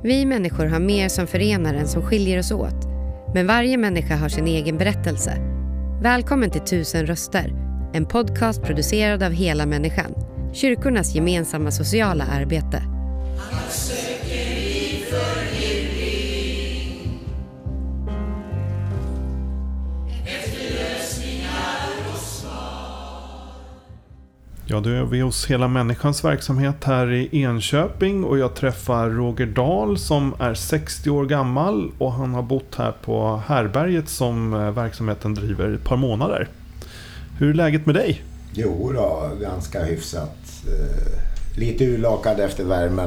Vi människor har mer som förenar än som skiljer oss åt. Men varje människa har sin egen berättelse. Välkommen till 1000 röster. En podcast producerad av Hela Människan. Kyrkornas gemensamma sociala arbete. Ja, då är vi hos Hela Människans verksamhet här i Enköping och jag träffar Roger Dahl som är 60 år gammal och han har bott här på Härberget som verksamheten driver ett par månader. Hur är läget med dig? Jo då, ganska hyfsat. Lite urlakad efter värmen.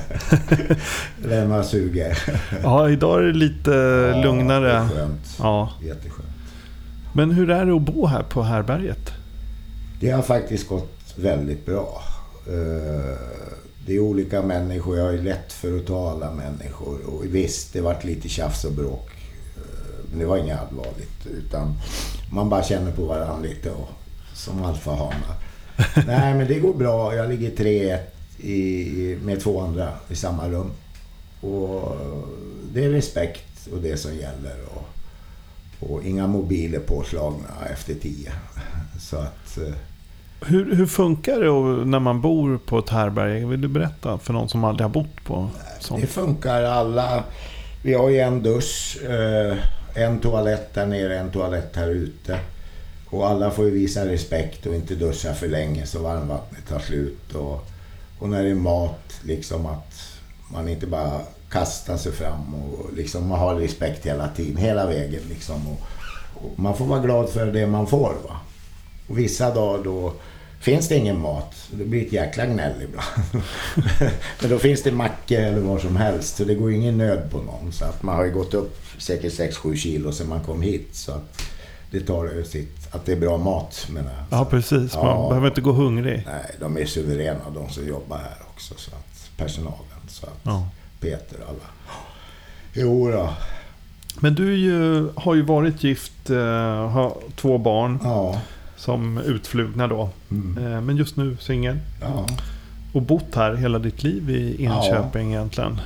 Lämna suger. Ja, idag är det lite lugnare. Det är skönt. Ja. Jätteskönt. Men hur är det att bo här på Härberget? Det har faktiskt gått väldigt bra. Det är olika människor. Jag är lätt för att tala människor. Och visst, det varit lite tjafs och bråk. Men det var inget allvarligt. Utan man bara känner på varandra lite. Och, som alfahana. Nej, men det går bra. Jag ligger 3-1 med 2 andra i samma rum. Och det är respekt och det som gäller. Och inga mobiler påslagna efter 10. Så att... Hur funkar det när man bor på ett härberge? Vill du berätta för någon som aldrig har bott på sånt? Det funkar alla. Vi har ju en dusch, en toalett där nere, en toalett här ute. Och alla får ju visa respekt och inte duscha för länge så varmvattnet tar slut. Och när det är mat, liksom att man inte bara kastar sig fram och liksom man har respekt hela tiden, hela vägen liksom. Och man får vara glad för det man får, va. Och vissa dagar då finns det ingen mat. Det blir ett jäkla gnäll ibland. Men då finns det mackor eller vad som helst. Så det går ingen nöd på någon. Så att man har ju gått upp säkert 6-7 kilo sen man kom hit. Så att det tar sitt, att det är bra mat. Ja, precis. Man behöver inte gå hungrig. Nej, de är suveräna de som jobbar här också. Så att personalen. Så att Peter alla. Jo då. Men du har ju varit gift, har 2 barn. Ja. Som utflugna då. Men just nu singel. Ja. Och bott här hela ditt liv i Enköping egentligen.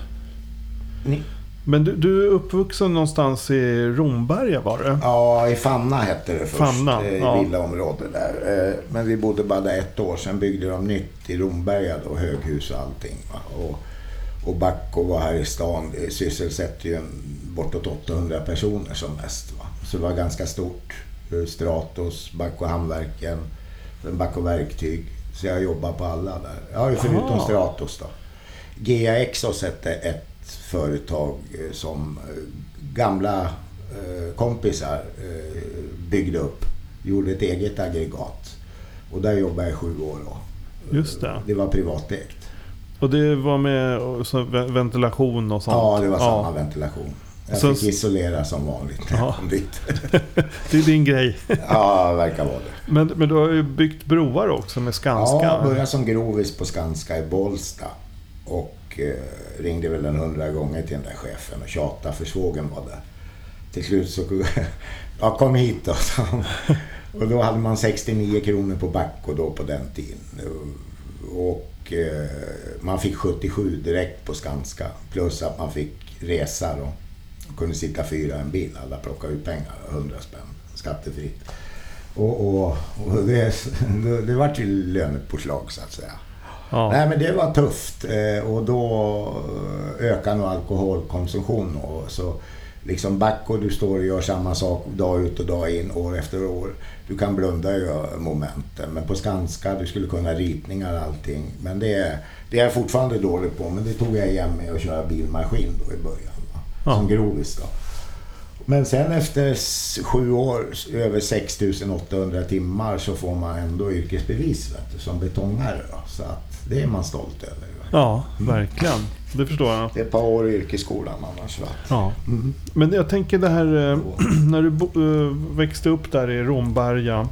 Men du är uppvuxen någonstans i Romberga, var det? Ja, i Fanna hette det först. Fanna, i villaområdet där. Men vi bodde bara där 1 år. Sen byggde de nytt i Romberga då, höghus och allting. Och Backo var här i stan. Det sysselsätter ju bortåt 800 personer som mest. Va? Så det var ganska stort. Stratos, Backo Handverken, Backo Verktyg. Så jag jobbar på alla där. Ja, förutom Stratos då. GAX hette ett företag som gamla kompisar byggde upp. Gjorde ett eget aggregat. Och där jobbade jag 7 år då. Just det. Det var privatägt. Och det var med ventilation och sånt? Ja, det var samma ventilation. Jag fick isolera som vanligt när jag kom dit. Det är din grej. Ja, verkar vara det. Men du har ju byggt broar också med Skanska. Ja, jag började som grovis på Skanska i Bollsta. Och ringde väl 100 gånger till den där chefen och tjatade för svågen var där. Till slut så kom hit då. Och då hade man 69 kronor på Backo då på den tiden. Och man fick 77 direkt på Skanska. Plus att man fick resa då. Kunde sitta 4 i en bil. Alla plockade ut pengar. 100 spänn. Skattefritt. Och det var till lönepåslag så att säga. Ja. Nej, men det var tufft. Och då ökade nog alkoholkonsumtion. Och så liksom Backo, du står och gör samma sak dag ut och dag in, år efter år. Du kan blunda i momenten. Men på Skanska, du skulle kunna ritningar och allting. Men det är jag fortfarande dålig på. Men det tog jag igen med att köra bilmaskin då i början. Som grovis då. Men sen efter 7 år, över 6800 timmar, så får man ändå yrkesbevis som betongare då. Så att det är man stolt över. Ja, verkligen. Det förstår jag. Det är ett par år i yrkesskolan annars. Va? Ja. Men jag tänker det här när du växte upp där i Romberga.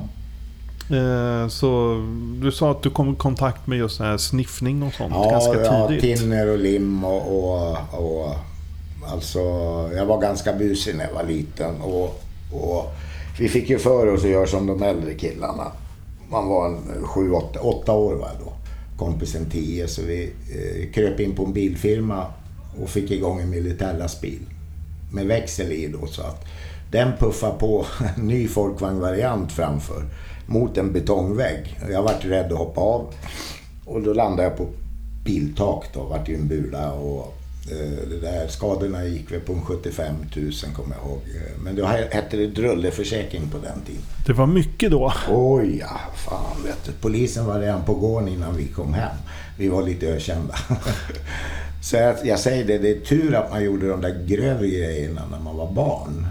Så du sa att du kom i kontakt med just här sniffning och sånt ganska tidigt. Ja, tinner och lim och alltså jag var ganska busig när jag var liten och vi fick ju för oss att göra som de äldre killarna. Man var 7-8 år var då. Kompisen 10, så vi kröp in på en bilfirma och fick igång en militärlastbil med växel i då, så att den puffar på en ny folkvagnvariant framför mot en betongvägg. Jag varit rädd att hoppa av och då landade jag på biltak då, vart i en bula och det där skadorna gick väl på 75 000 kommer jag ihåg. Men då hette det drulleförsäkring på den tiden. Det var mycket då. Oj ja, fan vet du. Polisen var redan på gården innan vi kom hem. Vi var lite ökända. Så jag säger det är tur att man gjorde de där grövre grejerna när man var barn.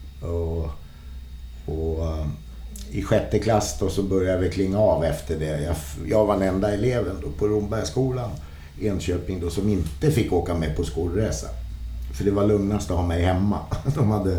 Och i 6:e klass då så började vi klinga av efter det. Jag var den enda eleven då på Rombergsskolan i Enköping då som inte fick åka med på skolresa. För det var lugnast att ha mig hemma. De hade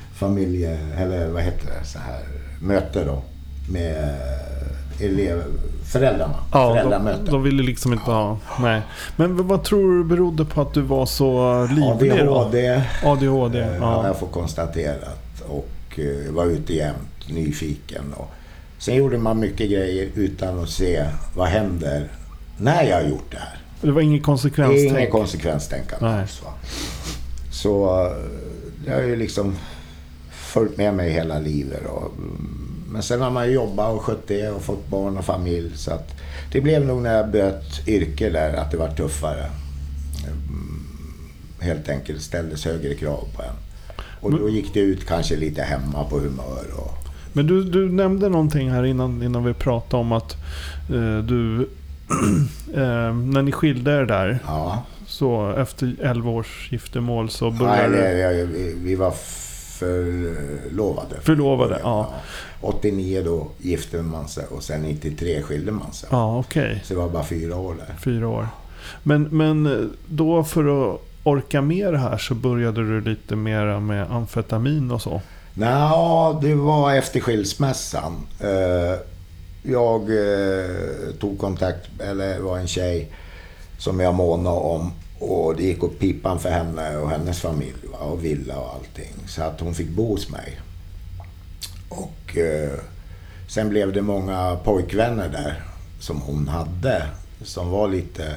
möte då med föräldrarna. Ja, föräldramöten. de ville liksom inte ha. Nej. Men vad tror du berodde på att du var så livlig ADHD. Ja, jag får konstaterat. Och var ute jämt, nyfiken. Och sen gjorde man mycket grejer utan att se vad händer när jag har gjort det här. Det var ingen konsekvenstänk? Ingen konsekvenstänkande alls, va? Så jag har ju liksom följt med mig hela livet. Men sen har man ju jobbat och skött det och fått barn och familj. Så att det blev nog när jag bytte yrke där att det var tuffare. Helt enkelt ställdes högre krav på en. Och då gick det ut kanske lite hemma på humör. Men du nämnde någonting här innan vi pratade om att du när ni skilde er där, ja. Så efter 11 års giftermål så började... Nej, vi var förlovade, ja. 89 då gifte man sig och sen 93 skilde man sig. Ja, okej. Så det var bara 4 år där. 4 år. Men då för att orka med det här så började du lite mera med amfetamin och så? Nej, det var efter skilsmässan. Jag tog kontakt, eller var en tjej som jag månade om, och det gick åt pipan för henne och hennes familj och villa och allting, så att hon fick bo hos mig. Och sen blev det många pojkvänner där som hon hade som var lite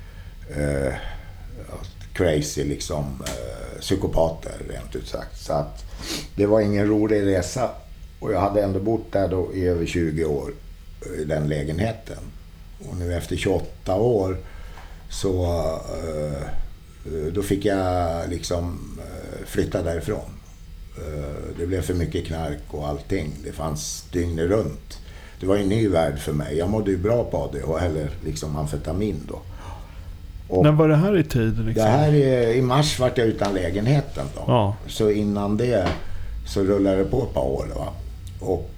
crazy liksom, psykopater rent ut sagt, så att det var ingen rolig resa. Och jag hade ändå bott där då i över 20 år i den lägenheten. Och nu efter 28 år så då fick jag liksom flytta därifrån. Det blev för mycket knark och allting. Det fanns dygnet runt. Det var en ny värld för mig. Jag mådde ju bra på det, eller liksom amfetamin då. Och när var det här i tid? Liksom? Det här i mars var jag utan lägenheten då. Ja. Så innan det så rullade det på ett par år va. Och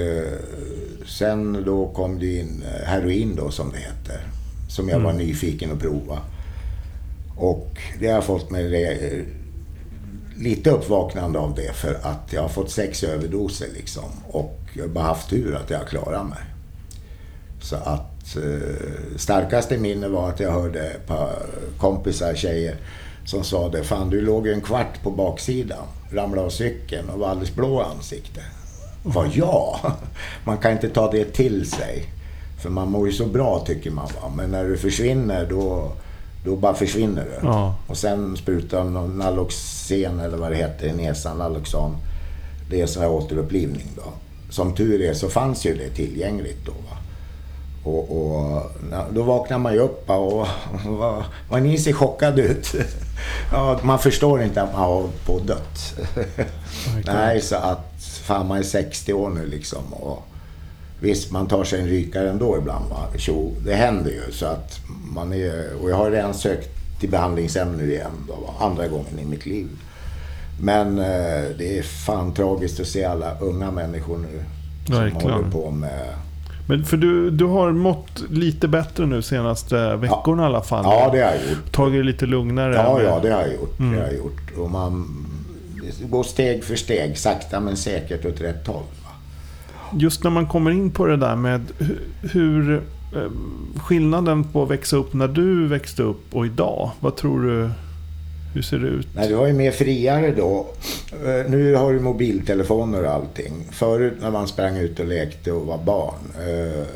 sen då kom det in heroin då som det heter. Som jag var nyfiken att prova. Och det har fått mig lite uppvaknande av det, för att jag har fått 6 överdoser liksom. Och jag har bara haft tur att jag klarar mig. Så att starkaste minne var att jag hörde ett par kompisar, tjejer som sa det: fan, du låg en kvart på baksidan, ramlade av cykeln och var alldeles blå ansikte. Var jag? Man kan inte ta det till sig, för man mår ju så bra tycker man, va? Men när du försvinner då bara försvinner du. Ja. Och sen sprutar någon Naloxen eller vad det heter i näsan, Naloxon. Det är så här återupplivning då. Som tur är så fanns ju det tillgängligt då, va? Och då vaknar man ju upp och vad ni ser chockad ut. Ja, man förstår inte att man har på dött. Nej, så att fan, man är 60 år nu liksom. Och visst, man tar sig en rykare ändå ibland, va? Så det händer ju, så att man är, och jag har redan sökt till behandlingshem nu igen då, va? Andra gången i mitt liv. Men det är fan tragiskt att se alla unga människor nu som håller på med. Men för du har mått lite bättre nu senaste veckorna i alla fall. Ja, det har jag gjort. Tagit det lite lugnare. Ja, det har jag gjort. Det har jag gjort. Och man går steg för steg, sakta men säkert åt rätt håll. Va? Just när man kommer in på det där med hur skillnaden på att växa upp när du växte upp och idag, vad tror du? Hur ser det ut? Nej, det var ju mer friare då. Nu har du mobiltelefoner och allting. Förut när man sprang ut och lekte och var barn,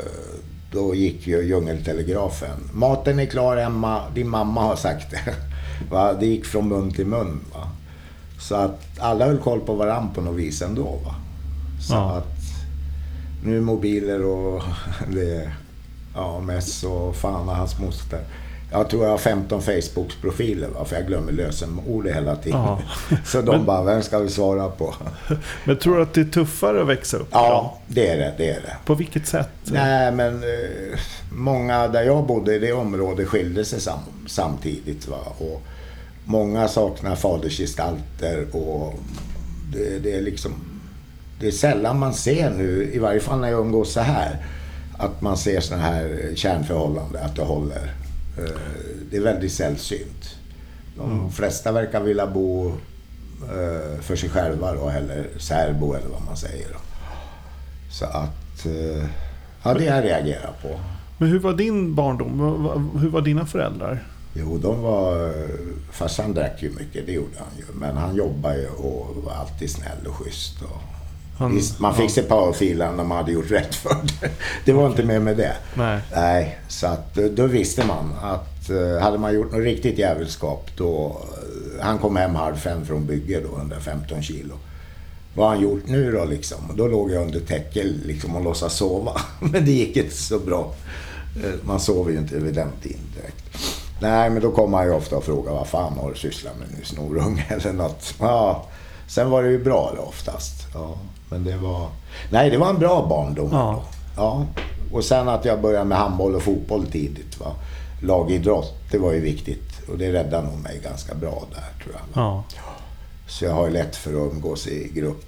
då gick ju djungeltelegrafen. Maten är klar, Emma. Din mamma har sagt det. Va? Det gick från mun till mun. Va? Så att alla höll koll på varandra på något vis ändå. Va? Så att nu är mobiler och det, Mess och fan och hans moster. Jag tror jag har 15 Facebooks-profiler, va? För jag glömmer lösenord hela tiden. Ja. Så de bara, vem ska vi svara på? Men tror du att det är tuffare att växa upp? Ja, det är det. På vilket sätt? Nej, men många där jag bodde i det området skilde sig samtidigt. Va? Och många saknar fadersgestalter och det är liksom... Det är sällan man ser nu, i varje fall när jag umgås så här, att man ser såna här kärnförhållanden, att det håller. Det är väldigt sällsynt. De flesta verkar vilja bo för sig själva då, eller särbo eller vad man säger. Så att, det jag reagerar på. Men hur var din barndom? Hur var dina föräldrar? Jo, farsan drack ju mycket, det gjorde han ju. Men han jobbade ju och var alltid snäll och schysst. Och visst, man fick se powerfilen när man hade gjort rätt för det. Det var inte med det. Nej, så att då visste man att hade man gjort något riktigt jävelskap då... Han kom hem 4:30 från bygge då, 115 kilo. Vad har han gjort nu då liksom? Då låg jag under täcke liksom och låtsas sova. Men det gick inte så bra. Man sover ju inte vid den tiden direkt. Nej, men då kom han ju ofta och frågade vad fan har du sysslat med nu, snorunge eller något. Ja, sen var det ju bra då oftast. Ja, men det var en bra barndom. Ja. Och sen att jag började med handboll och fotboll tidigt. Va? Lagidrott, det var ju viktigt. Och det räddade nog mig ganska bra där, tror jag. Ja. Så jag har ju lätt för att umgås i grupp.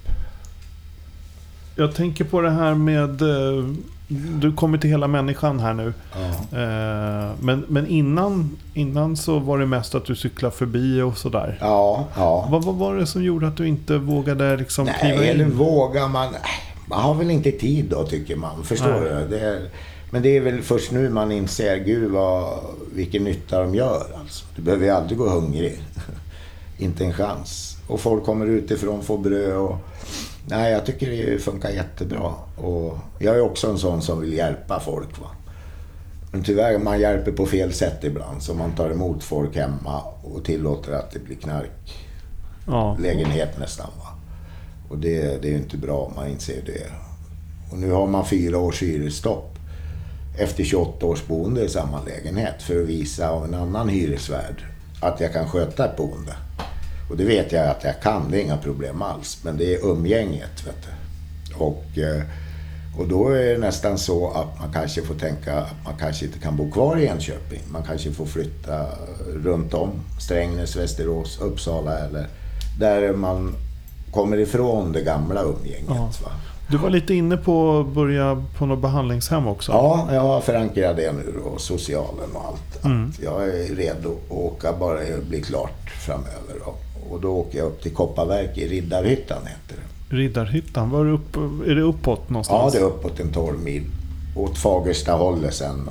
Jag tänker på det här med... Du kommer till hela människan här nu. Ja. Men innan så var det mest att du cyklade förbi och sådär. Ja. Vad var det som gjorde att du inte vågade liksom kliva in? Nej, eller vågar man... Man har väl inte tid då, tycker man. Förstår du? Men det är väl först nu man inser, gud vilken nytta de gör. Alltså. Du behöver ju aldrig gå hungrig. Inte en chans. Och folk kommer utifrån, får bröd och... Nej, jag tycker det funkar jättebra. Och jag är också en sån som vill hjälpa folk. Va? Men tyvärr, man hjälper på fel sätt ibland. Så man tar emot folk hemma och tillåter att det blir knarklägenhet nästan. Va? Och det är ju inte bra, man inser det. Och nu har man 4 års hyresstopp efter 28 års boende i samma lägenhet för att visa av en annan hyresvärd att jag kan sköta ett boende. Och det vet jag att jag kan, det är inga problem alls. Men det är umgänget, vet du. Och då är det nästan så att man kanske får tänka att man kanske inte kan bo kvar i Enköping. Man kanske får flytta runt om, Strängnäs, Västerås, Uppsala eller där man kommer ifrån det gamla umgänget. Va? Du var lite inne på att börja på något behandlingshem också. Ja, jag har förankrat det nu då, socialen och allt. Att jag är redo att åka bara det blir klart framöver då. Och då åker jag upp till Kopparverk i Riddarhyttan heter det. Riddarhyttan, är det uppåt någonstans? Ja, det är uppåt en 12 mil. Åt Fagersta hållet sen.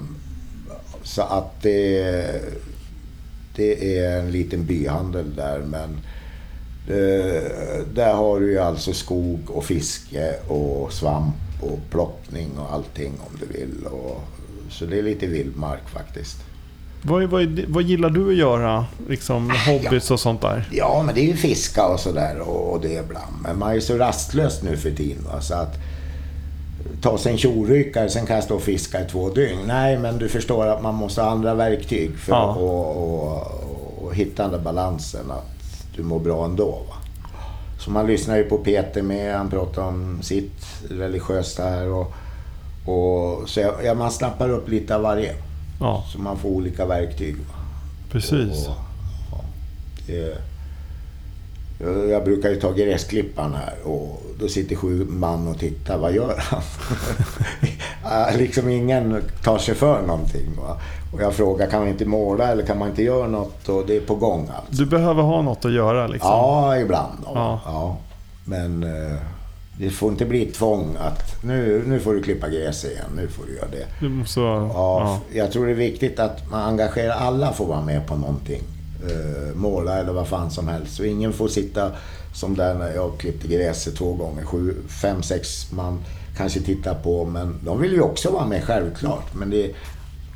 Så att det är en liten byhandel där, men där har du ju alltså skog och fiske och svamp och plockning och allting om du vill. Så det är lite vildmark faktiskt. Vad gillar du att göra? Liksom hobbys och sånt där? Ja, men det är ju fiska och sådär och det ibland. Men man är så rastlös nu för tiden. Va? Så att ta sig en tjorrykare, sen kan jag stå och fiska i 2 dygn. Nej, men du förstår att man måste ha andra verktyg för att hitta den där balansen. Att du mår bra ändå. Va? Så man lyssnar ju på Peter med. Han pratar om sitt religiösa här. Så man snappar upp lite av varje. Ja. Så man får olika verktyg. Va? Precis. Jag brukar ju ta gräsklippan här och då sitter 7 man och tittar. Vad gör han? Liksom ingen tar sig för någonting. Va? Och jag frågar, kan man inte måla eller kan man inte göra något? Och det är på gång alltså. Du behöver ha något att göra liksom? Ja, ibland. Ja. Men det får inte bli ett tvång att nu får du klippa gräs igen, nu får du göra det. Du måste, Jag tror det är viktigt att man engagerar alla får vara med på någonting. Måla eller vad fan som helst. Så ingen får sitta som där när jag klippte gräset 2 gånger. 5-6 man kanske tittar på, men de vill ju också vara med självklart. Men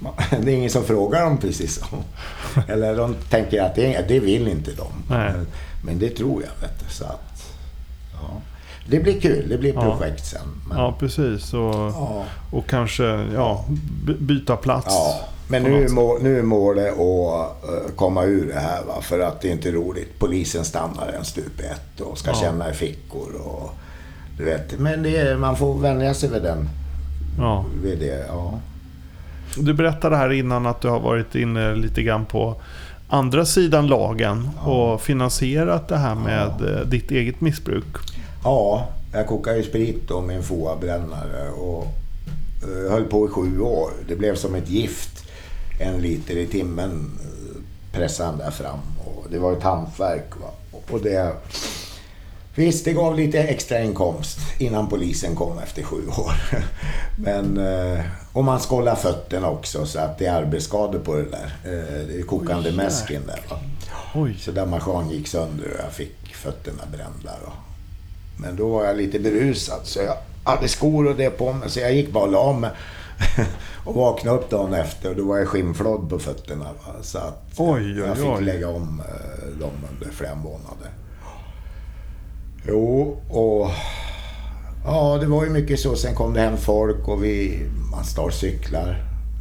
Det är ingen som frågar dem precis så. Eller de tänker att det vill inte de. Nej. Men det tror jag, vet du, så att ja. Det blir kul, det blir projekt sen. Men, ja, precis. Och kanske byta plats. Ja, men nu är målet att komma ur det här, va? För att det är inte roligt. Polisen stannar en stup i ett och ska känna i fickor och du vet. Men man får vänja sig vid den. Ja. Vid det, ja. Du berättade här innan att du har varit inne lite grann på andra sidan lagen och finansierat det här med ditt eget missbruk. Ja, jag kokade ju sprit och min FOA-brännare och höll på i 7 år. Det blev som ett gift. 1 liter i timmen pressade han där fram. Och det var ett hantverk. Va? Och det... Visst, det gav lite extra inkomst innan polisen kom efter 7 år. Men, och man skållar fötterna också så att det är arbetsskador på det där. Det är kokande mäsken där. Va? Oj. Så där maskin gick sönder och jag fick fötterna brända. Va? Men då var jag lite berusad så jag hade skor och det på mig. Så jag gick bara och la mig och vaknade upp dagen efter och då var jag skimflådd på fötterna. Va? Så att jag fick lägga om dem under flera månader. Jo, och ja, det var ju mycket så. Sen kom det hem folk och man stal cyklar,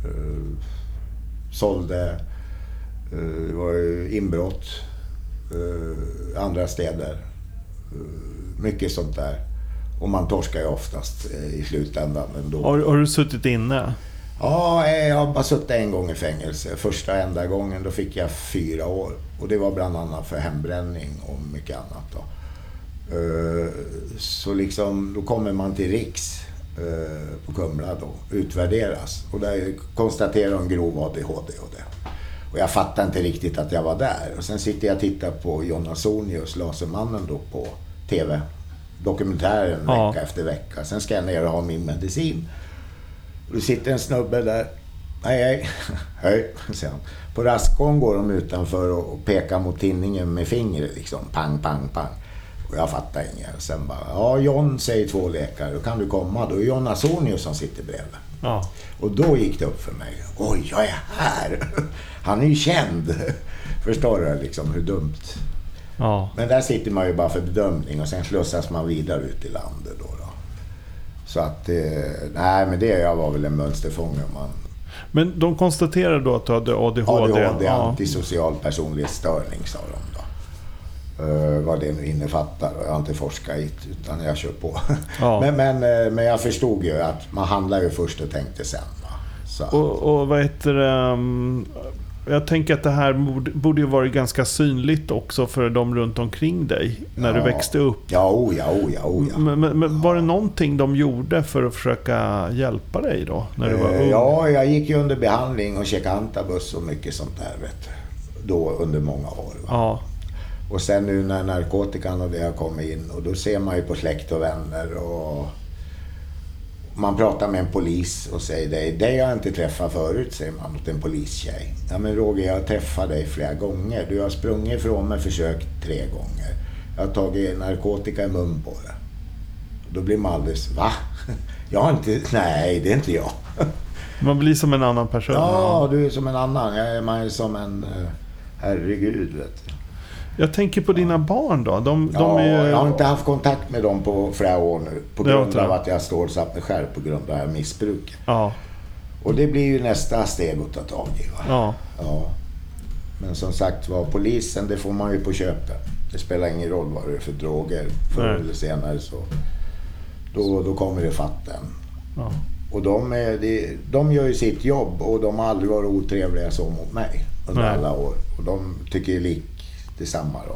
sålde, det var ju inbrott, andra städer, mycket sånt där. Och man torskar ju oftast i slutändan ändå. Har du suttit inne? Ja, jag har bara suttit 1 gång i fängelse. Första enda gången då fick jag 4 år. Och det var bland annat för hembränning och mycket annat då. Så liksom, då kommer man till Riks på Kumla då, utvärderas. Och där konstaterar de grov ADHD och det. Och jag fattar inte riktigt att jag var där. Och sen sitter jag och tittar på John Ausonius, Lasermannen då på TV. Dokumentären vecka efter vecka. Sen ska jag ner och ha min medicin. Och då sitter en snubbe där. Hej. Sen. På rastgång går de utanför och pekar mot tinningen med fingret liksom. Pang, pang, pang. Och jag fattar inget. Och sen bara, John säger 2 läkare. Då kan du komma. Då är John Ausonius som sitter bredvid. Ja. Och då gick det upp för mig. Oj, jag är här. Han är ju känd. Förstår du liksom hur dumt. Ja. Men där sitter man ju bara för bedömning. Och sen slussas man vidare ut i landet då. Så att, nej men jag var väl en mönsterfångare man. Men de konstaterade då att du hade ADHD? ADHD, antisocial personlighetsstörning sa de då. Vad det nu innefattar. Jag har inte forskat i det, utan jag kör på. Ja. men jag förstod ju att man handlar ju först och tänkte sen. Va? Så. Och vad heter det? Jag tänker att det här borde ju varit ganska synligt också för de runt omkring dig när du växte upp. Ja. Men var det någonting de gjorde för att försöka hjälpa dig då när du var ung? Ja, jag gick ju under behandling och käkade antabus och mycket sånt där, vet du. Då under många år. Va? Ja. Och sen nu när narkotikan och det har kommit in och då ser man ju på släkt och vänner och man pratar med en polis och säger det jag inte träffat förut, säger man åt en polistjej. Ja men Roger, jag har träffat dig flera gånger. Du har sprungit ifrån mig, försökt 3 gånger. Jag har tagit narkotika i mun på det. Då blir man alldeles, va? Jag har inte, nej det är inte jag. Man blir som en annan person. Ja, du är som en annan. Man är som en, herregud vet du. Jag tänker på dina barn då. De är... Jag har inte haft kontakt med dem på flera år nu. På grund av att jag står satt mig själv på grund av det här missbruket. Ja. Och det blir ju nästa steg att ta tag i. Va? Ja. Men som sagt var, polisen, det får man ju på köpet. Det spelar ingen roll vad det är för droger. Förr eller senare så. Då kommer det fatten. Ja. Och de gör ju sitt jobb och de har aldrig varit otrevliga så mot mig under alla år. Och de tycker ju detsamma då.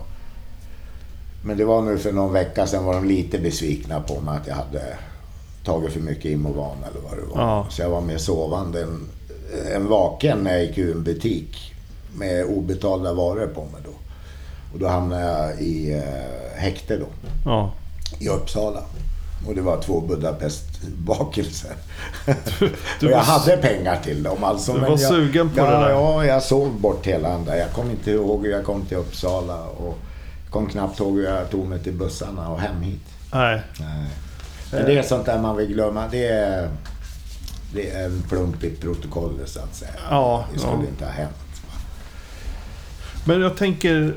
Men det var nu för någon vecka sedan var de lite besvikna på mig att jag hade tagit för mycket Imovan eller vad det var. Ja. Så jag var mer sovande en vaken när jag gick ur en butik med obetalda varor på mig då. Och då hamnade jag i häkte då. Ja. I Uppsala. Och det var 2 Budapest-bakelser. Och jag hade pengar till dem. Alltså, du var sugen på det där? Ja, jag sov bort hela andra. Jag kom inte ihåg hur jag kom till Uppsala. Och kom knappt ihåg hur jag tog mig till bussarna och hem hit. Nej. Men det är sånt där man vill glömma. Det det är en plump i protokollet så att säga. Ja, det skulle inte ha hänt. Men jag tänker,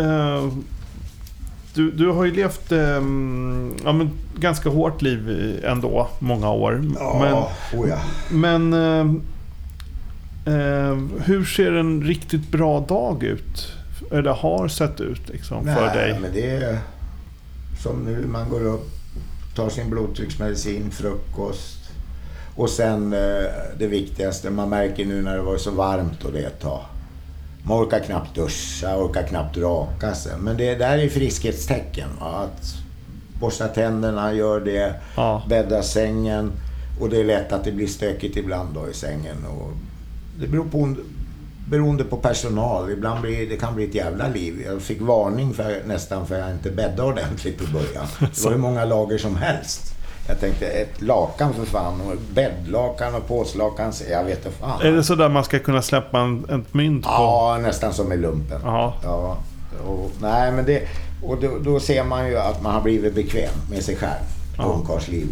du har ju levt ganska hårt liv ändå, många år. Men hur ser en riktigt bra dag ut? Eller har sett ut liksom, för dig? Men det är som nu, man går upp, tar sin blodtrycksmedicin, frukost. Och sen det viktigaste, man märker nu när det var så varmt och det ett tag. Man orkar knappt duscha, orkar knappt raka sig. Men det där är friskhetstecken. Att borsta tänderna, gör det, bädda sängen. Och det är lätt att det blir stökigt ibland då i sängen. Och det beror på, beroende på personal. Ibland det kan bli ett jävla liv. Jag fick varning nästan för jag inte bäddade ordentligt i början. Det var hur många lager som helst. Jag tänkte ett lakan för fan, och bäddlakan och påslakan, jag vet inte fan. Är det så där man ska kunna släppa ett mynt på? Ja, nästan som i lumpen. Ja. Nej, men det, och då ser man ju att man har blivit bekväm med sig själv på ungkarlsliv.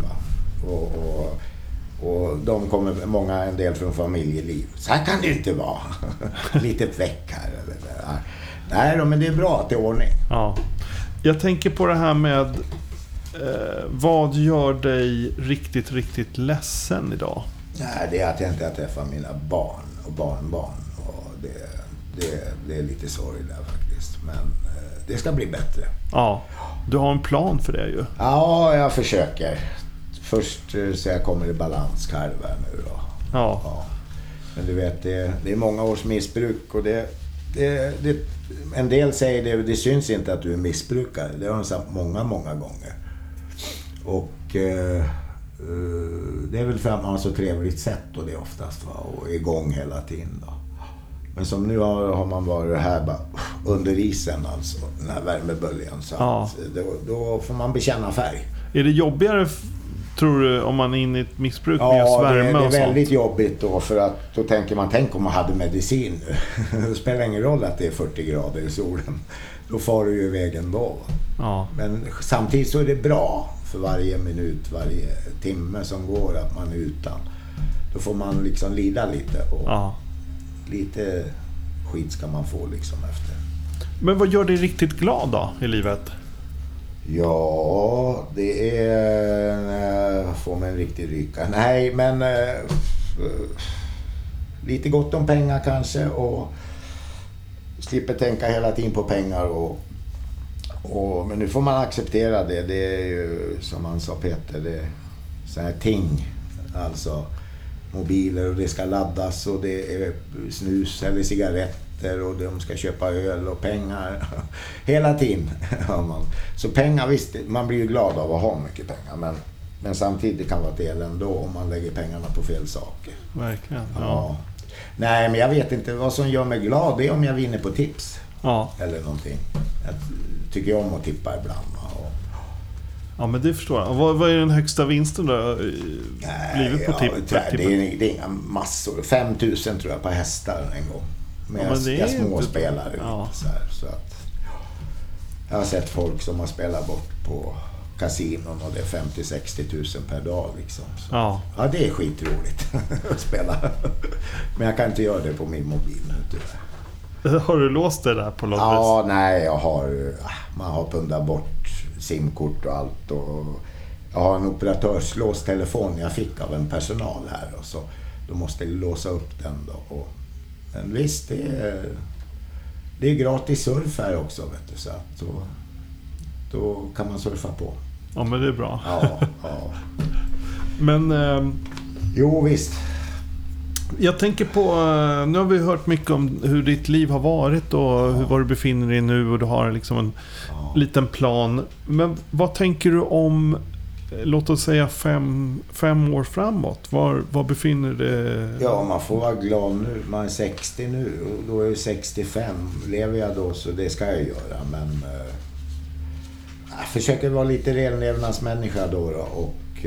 Och de kommer en del från familjeliv. Så här kan det inte vara. Lite väck här eller där. Nej, men det är bra att det är ordning. Ja. Jag tänker på det här med vad gör dig riktigt, riktigt ledsen idag? Nej, det är att jag inte träffar mina barn och barnbarn. Och det är lite sorg där faktiskt. Men det ska bli bättre. Ja, du har en plan för det ju. Ja, jag försöker. Först så jag kommer i balans själv nu då. Ja. Men du vet, det är många års missbruk och en del säger det syns inte att du är missbrukare. Det har de sagt många gånger. Och det är väl för att man har så trevligt sätt och det oftast och är igång hela tiden då. Men som nu har man varit här bara under isen, alltså den här värmeböljan, så att då får man bekänna färg. Är det jobbigare, tror du, om man är inne i ett missbruk med just värme och sånt? Det är väldigt jobbigt då, för att då tänker man, tänk om man hade medicin nu. Det spelar ingen roll att det är 40 grader i solen. Då far du ju iväg ändå. Ja. Men samtidigt så är det bra för varje minut, varje timme som går att man är utan. Då får man liksom lida lite och lite skit ska man få liksom efter. Men vad gör dig riktigt glad då i livet? Ja, det är får man en riktig ryka. Nej, men lite gott om pengar kanske och slipper tänka hela tiden på pengar men nu får man acceptera det. Det är ju som han sa, Peter, det är så här ting, alltså mobiler och det ska laddas och det är snus eller cigaretter och de ska köpa öl och pengar hela tiden. Så pengar, visst, man blir ju glad av att ha mycket pengar, men samtidigt kan det vara ett elände om man lägger pengarna på fel saker. Verkligen, ja. Nej, men jag vet inte vad som gör mig glad. Det är om jag vinner på tips. Ja. Eller någonting. Jag tycker om att tippa ibland. Ja, men det förstår jag. Vad är den högsta vinsten då? Blivit på tippen? Det är inga massor. 5 000 tror jag på hästar en gång. Men jag småspelar lite så att jag har sett folk som har spelat bort på kasinon och det är 50-60 000 per dag liksom. Så. Ja, det är skitroligt att spela. Men jag kan inte göra det på min mobil nu tyvärr. Har du låst det där på något vis? Ja, nej, man har pundat bort simkort och allt och jag har en operatörslåst telefon jag fick av en personal här och så då måste jag låsa upp den då. Men visst, det är gratis surf här också, vet du, så att då kan man surfa på. Ja, men det är bra. Ja. Men jo, visst. Jag tänker på, nu har vi hört mycket om hur ditt liv har varit och var du befinner dig nu och du har liksom en liten plan. Men vad tänker du om, låt oss säga 5 år framåt? Var befinner du? Ja, man får vara glad nu. Man är 60 nu och då är jag 65. Lever jag då så det ska jag göra. Men jag försöker vara lite renlevnadsmänniska då och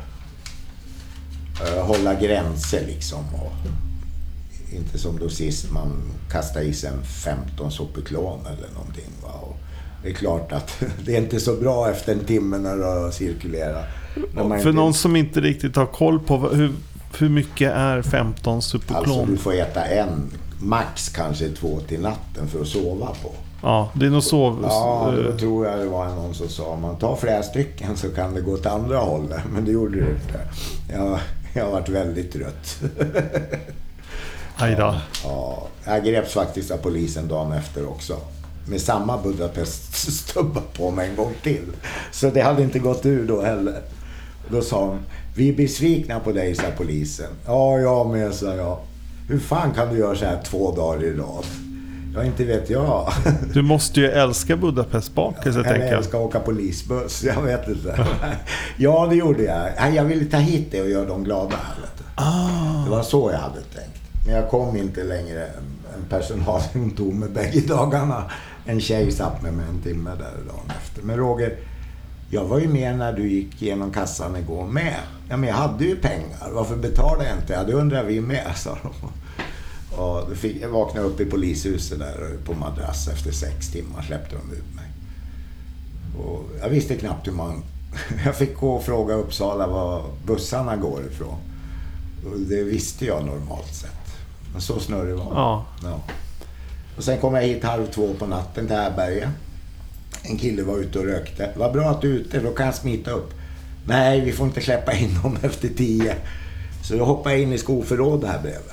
hålla gränser liksom. Och inte som då sist man kastar i sig en 15 soppeklon eller någonting. Va? Och det är klart att det är inte så bra efter en timme när det cirkulerar. För någon som inte riktigt har koll på hur mycket är 15 Subuklon? Alltså du får äta en, max kanske 2 till natten för att sova på. Ja, det är nog sov. Ja, då tror jag det var någon som sa, om man tar flera stycken så kan det gå till andra hållet. Men det gjorde det inte. Jag har varit väldigt trött. Aj då. Ja, jag greps faktiskt av polisen dagen efter också. Med samma Budapest-stubba på mig en gång till. Så det hade inte gått ur då heller. Då sa hon, vi är besvikna på dig, sa polisen. Ja, jag med, sa jag. Hur fan kan du göra så här 2 dagar i rad? Ja, inte vet jag. Du måste ju älska Budapest-bakelse, tänker jag. Jag ska åka polisbuss, jag vet inte. Ja, det gjorde jag. Jag ville ta hit det och göra dem glada. Det var så jag hade tänkt. Men jag kom inte längre. En personal som tog med bägge dagarna. En tjej satt med mig en timme där dagen efter. Men Roger, jag var ju med när du gick genom kassan igår med. Ja, men jag hade ju pengar. Varför betalade jag inte? Ja, det undrar vi med, sa de. Och jag vaknade upp i polishuset där på madrass efter 6 timmar. Släppte de ut mig. Och jag visste knappt hur man... Jag fick gå och fråga Uppsala var bussarna går ifrån. Och det visste jag normalt sett. Men så snurrig var det. Ja. Och sen kom jag hit 1:30 på natten till Härbergen. En kille var ute och rökte. Vad bra att du är ute, då kan jag smita upp. Nej, vi får inte släppa in dem efter 10. Så jag hoppade in i skoförrådet här bredvid.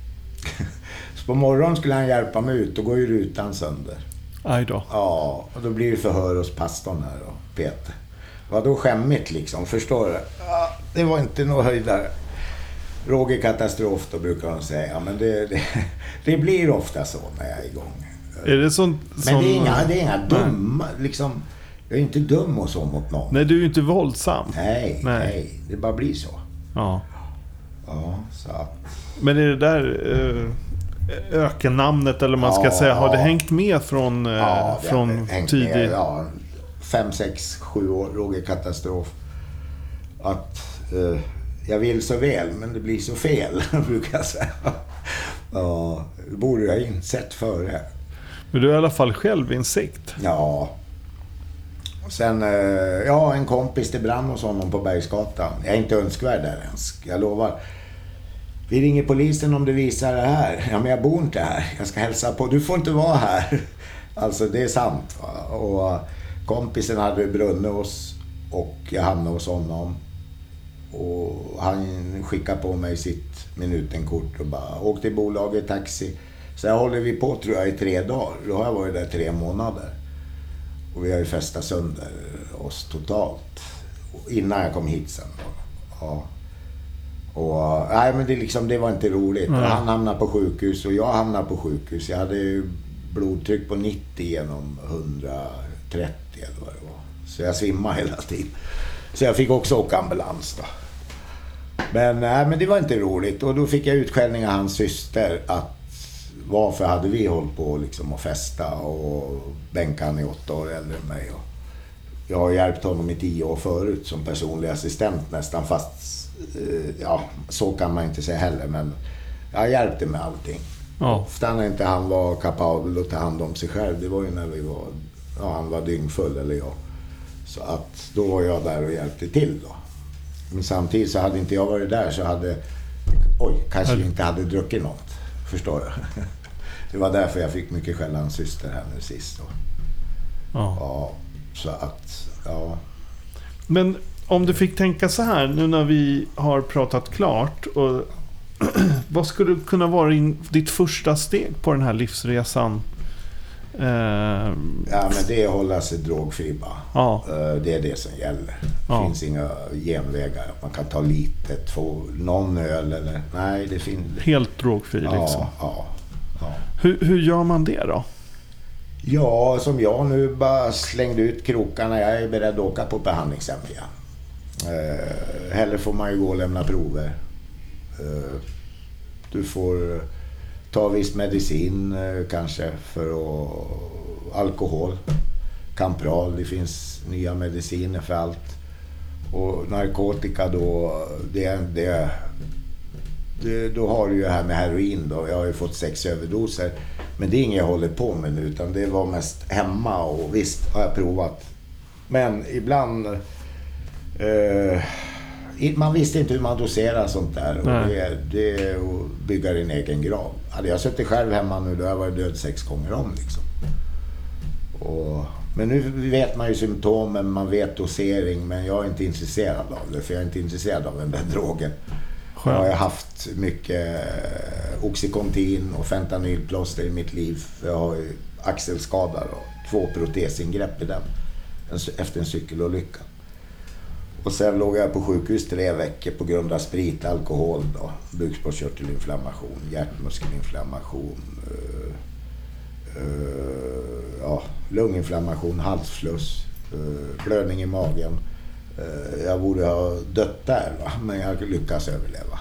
Så på morgonen skulle han hjälpa mig ut och gå i rutan sönder. Aj då. Ja, och då blir det förhör hos pastorn här då, Peter. Vad då skämmigt liksom, förstår du? Ja, det var inte någon höjdare. Roger katastrof, då brukar de säga. Men det blir ofta så när jag är igång. Är det sånt, men det är inga dumma, liksom. Jag är inte dum och så mot någon. Nej, du är ju inte våldsam. Nej. Det bara blir så. Ja. Ja, så att... Men är det där ökennamnet, eller man ska säga, har det hängt med från tidigt? Med, 5, 6, 7 år, Roger katastrof. Att jag vill så väl, men det blir så fel, brukar jag säga. Ja, det borde jag insett före. Men du är i alla fall självinsikt. Ja. Och sen, en kompis till brann hos honom på Bergsgatan. Jag är inte önskvärd där ens, jag lovar. Vi ringer polisen om du visar det här. Ja, men jag bor inte här. Jag ska hälsa på. Du får inte vara här. Alltså, det är sant. Va? Och kompisen hade brunnit oss och jag hamnade hos honom. Och han skickade på mig sitt minutenkort och bara åk till bolaget, taxi. Så jag håller vi på, tror jag, i 3 dagar. Då har jag varit där 3 månader. Och vi har ju festat sönder oss totalt. Innan jag kom hit sen. Ja. Och nej, men det var inte roligt. Han hamnade på sjukhus och jag hamnade på sjukhus. Jag hade ju blodtryck på 90 genom 130 eller vad det var. Så jag svimmade hela tiden. Så jag fick också åka ambulans då. Men nej, men det var inte roligt. Och då fick jag utskällning av hans syster att varför hade vi hållit på liksom att festa och bänkan i 8 år äldre än mig. Och jag har hjälpt honom i 10 år förut som personlig assistent nästan, fast så kan man inte säga heller, men jag hjälpte med allting. Ofta när inte han var kapabel att ta hand om sig själv, det var ju när han var dyngfull eller jag. Så att då var jag där och hjälpte till då. Men samtidigt så hade inte jag varit där så hade kanske inte hade druckit något. Förstår du? Det var därför jag fick mycket skäll av hans syster här nu sist då. Ja, så att Men om du fick tänka så här nu när vi har pratat klart, och vad skulle kunna vara ditt första steg på den här livsresan? Ja, men det är att hålla sig drogfri bara. Det är det som gäller. Det finns inga genvägar. Man kan ta litet, få någon öl eller... Nej, det finns... Helt drogfri liksom. Ja. Hur gör man det då? Ja, som jag nu bara slängde ut krokarna. Jag är beredd att åka på behandlingshem igen. Heller får man ju gå och lämna prover. Du får ta viss medicin kanske för alkohol, Campral, det finns nya mediciner för allt. Och narkotika då, då har du ju det här med heroin då. Jag har ju fått 6 överdoser, men det är inget jag håller på med nu, utan det var mest hemma, och visst har jag provat. Men ibland man visste inte hur man doserar sånt där. Och det är att bygga din egen grav. Hade jag suttit själv hemma nu, då har jag varit död 6 gånger om liksom. Men nu vet man ju symptomen, man vet dosering, men jag är inte intresserad av det, för jag är inte intresserad av den där drogen. Jag har haft mycket Oxycontin och fentanylplåster i mitt liv. Jag har ju axelskador och 2 protesingrepp i den efter en cykelolycka. Och sen låg jag på sjukhus 3 veckor på grund av sprit, alkohol, bukspottkörtelinflammation, hjärtmuskelinflammation, lunginflammation, halsfluss, blödning i magen. Jag borde ha dött där, va? Men jag lyckas överleva.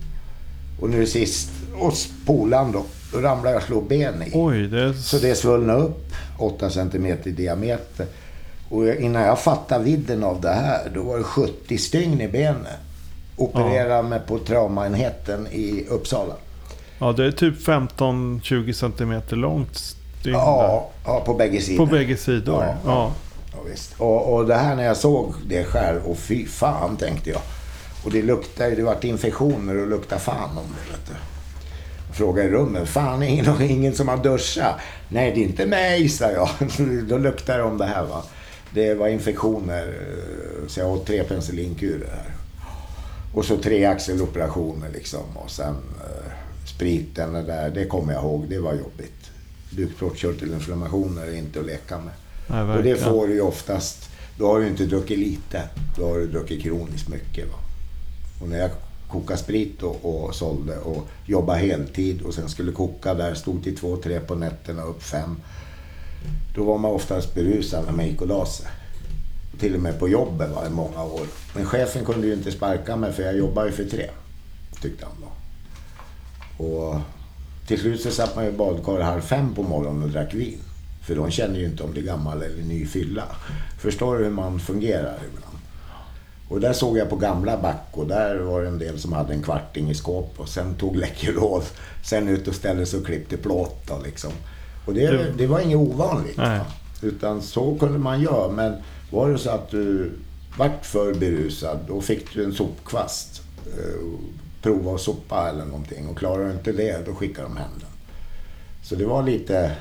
Och nu sist, och spolan då ramlade jag och slog ben i. Oj, Så det svullnade upp 8 centimeter i diameter. Och innan jag fattade vidden av det här, då var det 70 stygn i benen. Opererade mig på traumaenheten i Uppsala. Ja, det är typ 15-20 centimeter långt stygn. Ja, på bägge sidor. På bägge sidor, ja. Ja, visst. Och det här när jag såg det själv, och fy fan tänkte jag. Och det luktade, det var infektioner och luktade fan om det, vet du. Jag frågade i rummet, fan är ingen som har duschat? Nej, det är inte mig, sa jag. Då luktade det om det här, va. Det var infektioner, så jag åt 3 penicillinkurer här. Och så 3 axeloperationer liksom. Och sen spriten det kommer jag ihåg, det var jobbigt. Bukspottkörtelinflammationer är inte att leka med. Nej, och det får du ju oftast, då har du inte druckit lite, då har du druckit kroniskt mycket, va. Och när jag kokade sprit och sålde och jobbade heltid och sen skulle koka där, stod till 2-3 på nätterna upp 5, då var man oftast berusad när man gick och la sig. Till och med på jobbet var det många år. Men chefen kunde ju inte sparka mig, för jag jobbade ju för 3, tyckte han då. Och till slut så satt man ju i badkar 4:30 på morgonen och drack vin. För de känner ju inte om det är gammal eller ny fylla. Förstår du hur man fungerar ibland? Och där såg jag på gamla back, och där var det en del som hade en kvarting i skåp och sen tog Läkerol, sen ut och ställde sig och klippte plåt då, liksom. Och det var inget ovanligt. Utan så kunde man göra, men var det så att du vart för berusad, då fick du en sopkvast. Prova att sopa eller någonting, och klarar du inte det, då skickar de hem den. Så det var lite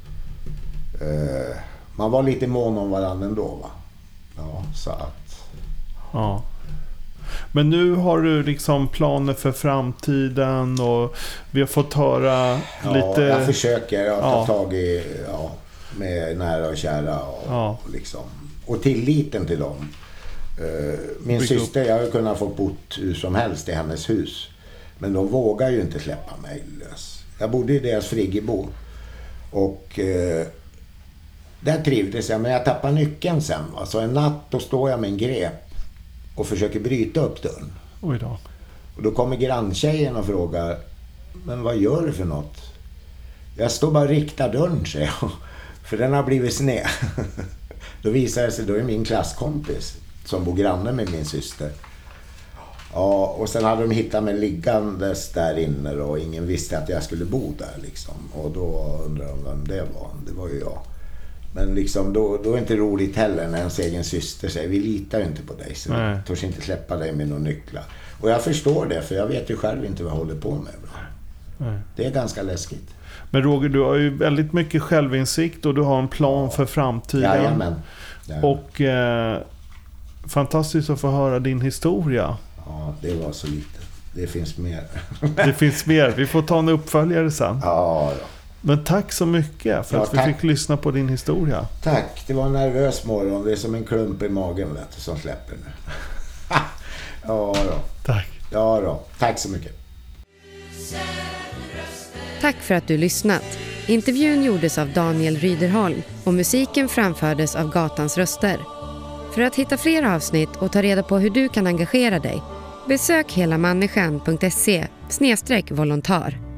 man var lite mån om varandra ändå, va. Ja, så att ja. Men nu har du liksom planer för framtiden, och vi har fått höra lite. Jag försöker ta tag i med nära och kära och liksom, och tilliten till dem. Min syster, jag har kunnat få bott hur som helst i hennes hus, men de vågar ju inte släppa mig lös. Jag bodde i deras friggebo, och där trivdes jag, men jag tappade nyckeln sen, va? Så en natt då står jag med en grep och försöker bryta upp dörren. Oj då. Och då kommer granntjejen och frågar, men vad gör du för något? Jag står bara och riktar dörren, säger jag, för den har blivit sned. Då visar det sig, då är min klasskompis som bor granne med min syster. Ja, och sen hade de hittat mig liggandes där inne, och ingen visste att jag skulle bo där liksom. Och då undrade de vem det var. Det var ju jag. Men liksom, då är det inte roligt heller när ens egen syster säger, vi litar inte på dig, så vi törs inte släppa dig med några nycklar. Och jag förstår det, för jag vet ju själv inte vad jag håller på med. Det är ganska läskigt. Men Roger, du har ju väldigt mycket självinsikt, och du har en plan för framtiden. Jajamän. Och fantastiskt att få höra din historia. Ja, det var så lite. Det finns mer. Det finns mer. Vi får ta en uppföljare sen. Ja. Men tack så mycket för att vi fick lyssna på din historia. Tack, det var en nervös morgon. Det är som en klump i magen, vet du, som släpper nu. Ja då. Tack. Ja då. Tack så mycket. Tack för att du lyssnat. Intervjun gjordes av Daniel Ryderholm och musiken framfördes av Gatans röster. För att hitta fler avsnitt och ta reda på hur du kan engagera dig, besök helamänniskan.se/volontar.